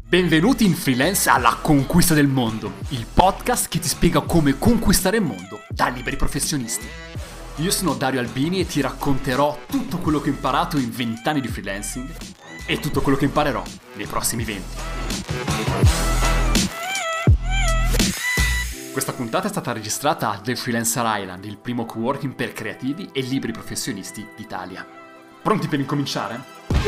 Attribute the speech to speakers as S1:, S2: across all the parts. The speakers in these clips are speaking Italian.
S1: Benvenuti in Freelance alla conquista del mondo, il podcast che ti spiega come conquistare il mondo da liberi professionisti. Io sono Dario Albini e ti racconterò tutto quello che ho imparato in 20 anni di freelancing e tutto quello che imparerò nei prossimi 20. Questa puntata è stata registrata a The Freelancer Island, il primo coworking per creativi e liberi professionisti d'Italia. Pronti per incominciare?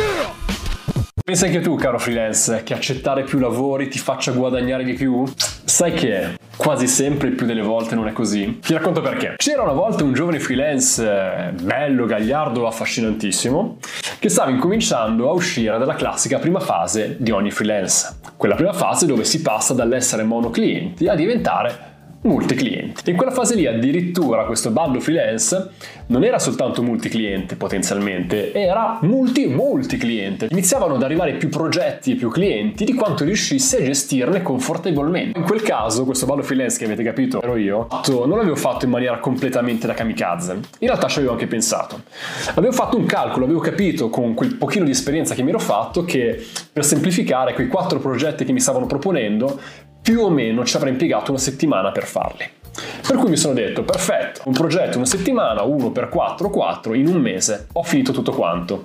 S2: Pensi anche tu, caro freelance, che accettare più lavori ti faccia guadagnare di più? Sai che quasi sempre, il più delle volte, non è così. Ti racconto perché. C'era una volta un giovane freelance bello, gagliardo, affascinantissimo, che stava incominciando a uscire dalla classica prima fase di ogni freelance. Quella prima fase dove si passa dall'essere monoclienti a diventare multiclienti. In quella fase lì addirittura questo baldo freelance non era soltanto multicliente potenzialmente, era multicliente. Iniziavano ad arrivare più progetti e più clienti di quanto riuscisse a gestirne confortevolmente. In quel caso questo baldo freelance, che avete capito ero io, non l'avevo fatto in maniera completamente da kamikaze. In realtà ci avevo anche pensato. Avevo fatto un calcolo, avevo capito con quel pochino di esperienza che mi ero fatto che per semplificare quei 4 progetti che mi stavano proponendo più o meno ci avrei impiegato una settimana per farli. Per cui mi sono detto, perfetto, un progetto una settimana, 1 per 4, in un mese, ho finito tutto quanto.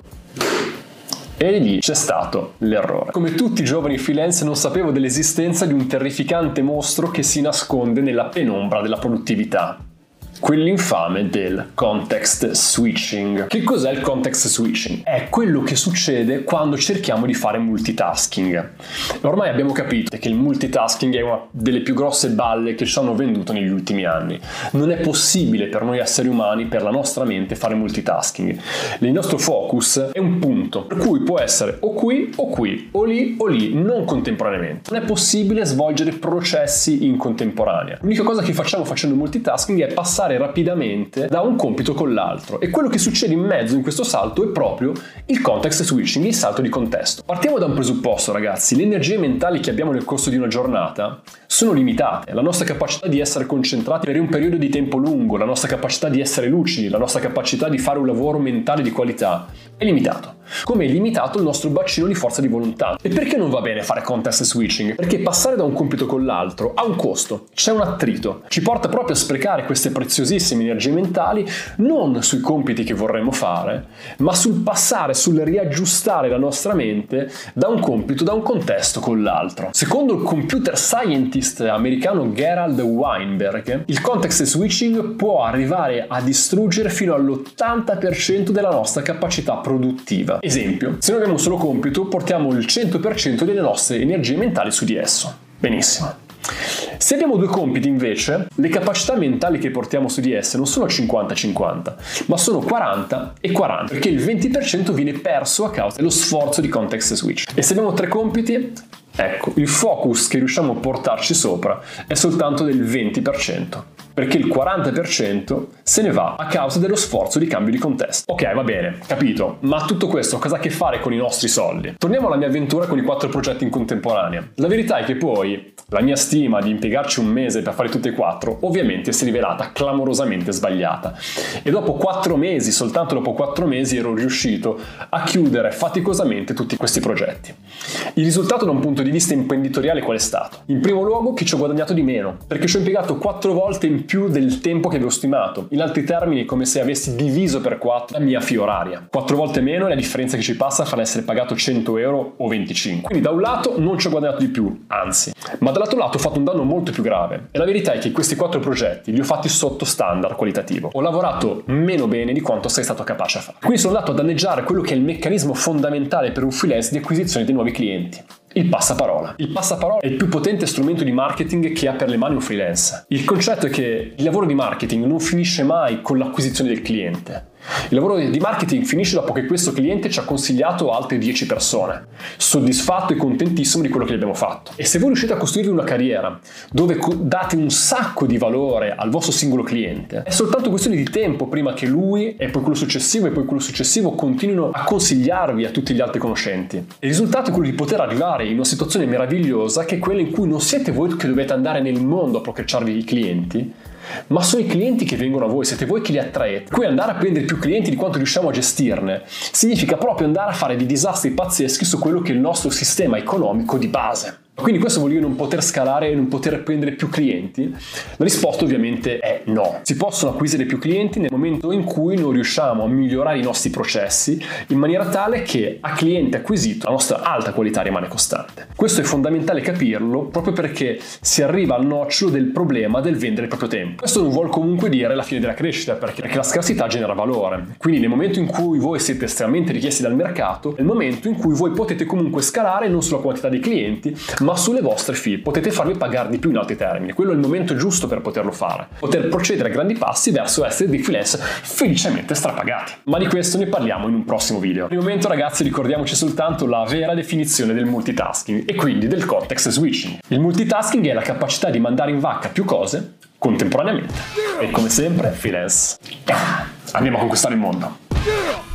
S2: E lì c'è stato l'errore. Come tutti i giovani freelance non sapevo dell'esistenza di un terrificante mostro che si nasconde nella penombra della produttività. Quell'infame del context switching. Che cos'è il context switching? È quello che succede quando cerchiamo di fare multitasking. Ormai abbiamo capito che il multitasking è una delle più grosse balle che ci hanno venduto negli ultimi anni. Non è possibile per noi esseri umani, per la nostra mente, fare multitasking. Il nostro focus è un punto, per cui può essere o qui, o lì, non contemporaneamente. Non è possibile svolgere processi in contemporanea. L'unica cosa che facciamo facendo multitasking è passare rapidamente da un compito con l'altro, e quello che succede in mezzo in questo salto è proprio il context switching, il salto di contesto. Partiamo da un presupposto, ragazzi: le energie mentali che abbiamo nel corso di una giornata sono limitate. La nostra capacità di essere concentrati per un periodo di tempo lungo, la nostra capacità di essere lucidi, la nostra capacità di fare un lavoro mentale di qualità è limitato. Come è limitato il nostro bacino di forza di volontà. E perché non va bene fare context switching? Perché passare da un compito con l'altro ha un costo, c'è un attrito, ci porta proprio a sprecare queste preziosissime energie mentali non sui compiti che vorremmo fare, ma sul passare, sul riaggiustare la nostra mente da un compito, da un contesto con l'altro. Secondo il computer scientist americano Gerald Weinberg, il context switching può arrivare a distruggere fino all'80% della nostra capacità produttiva. Esempio, se noi abbiamo un solo compito, portiamo il 100% delle nostre energie mentali su di esso. Benissimo. Se abbiamo 2 compiti invece, le capacità mentali che portiamo su di esse non sono 50-50, ma sono 40 e 40, perché il 20% viene perso a causa dello sforzo di context switch. E se abbiamo 3 compiti, ecco, il focus che riusciamo a portarci sopra è soltanto del 20%. Perché il 40% se ne va a causa dello sforzo di cambio di contesto. Ok, va bene, capito, ma tutto questo cosa ha a che fare con i nostri soldi? Torniamo alla mia avventura con i 4 progetti in contemporanea. La verità è che poi la mia stima di impiegarci un mese per fare tutti e 4 ovviamente si è rivelata clamorosamente sbagliata. E dopo 4 mesi, soltanto dopo 4 mesi, ero riuscito a chiudere faticosamente tutti questi progetti. Il risultato da un punto di vista imprenditoriale qual è stato? In primo luogo che ci ho guadagnato di meno, perché ci ho impiegato 4 volte in più del tempo che avevo stimato. In altri termini, è come se avessi diviso per 4 la mia fee oraria. 4 volte meno, e la differenza che ci passa fa essere pagato 100 euro o 25. Quindi da un lato non ci ho guadagnato di più, anzi, ma dall'altro lato ho fatto un danno molto più grave. E la verità è che questi 4 progetti li ho fatti sotto standard qualitativo. Ho lavorato meno bene di quanto sei stato capace a fare. Quindi sono andato a danneggiare quello che è il meccanismo fondamentale per un freelance di acquisizione dei nuovi clienti. Il passaparola. Il passaparola è il più potente strumento di marketing che ha per le mani un freelance. Il concetto è che il lavoro di marketing non finisce mai con l'acquisizione del cliente. Il lavoro di marketing finisce dopo che questo cliente ci ha consigliato altre 10 persone, soddisfatto e contentissimo di quello che gli abbiamo fatto. E se voi riuscite a costruire una carriera dove date un sacco di valore al vostro singolo cliente, è soltanto questione di tempo prima che lui e poi quello successivo continuino a consigliarvi a tutti gli altri conoscenti. Il risultato è quello di poter arrivare in una situazione meravigliosa, che è quella in cui non siete voi che dovete andare nel mondo a procacciarvi i clienti, ma sono i clienti che vengono a voi, siete voi che li attraete. Qui andare a prendere più clienti di quanto riusciamo a gestirne significa proprio andare a fare dei disastri pazzeschi su quello che è il nostro sistema economico di base. Quindi questo vuol dire non poter scalare e non poter prendere più clienti? La risposta ovviamente è no. Si possono acquisire più clienti nel momento in cui non riusciamo a migliorare i nostri processi in maniera tale che a cliente acquisito la nostra alta qualità rimane costante. Questo è fondamentale capirlo proprio perché si arriva al nocciolo del problema del vendere il proprio tempo. Questo non vuol comunque dire la fine della crescita, perché la scarsità genera valore. Quindi nel momento in cui voi siete estremamente richiesti dal mercato, è il momento in cui voi potete comunque scalare non sulla quantità dei clienti, ma sulle vostre fee. Potete farvi pagare di più in altri termini. Quello è il momento giusto per poterlo fare. Poter procedere a grandi passi verso essere dei freelance felicemente strapagati. Ma di questo ne parliamo in un prossimo video. Per il momento, ragazzi, ricordiamoci soltanto la vera definizione del multitasking e quindi del context switching. Il multitasking è la capacità di mandare in vacca più cose contemporaneamente. E come sempre, freelance, andiamo a conquistare il mondo.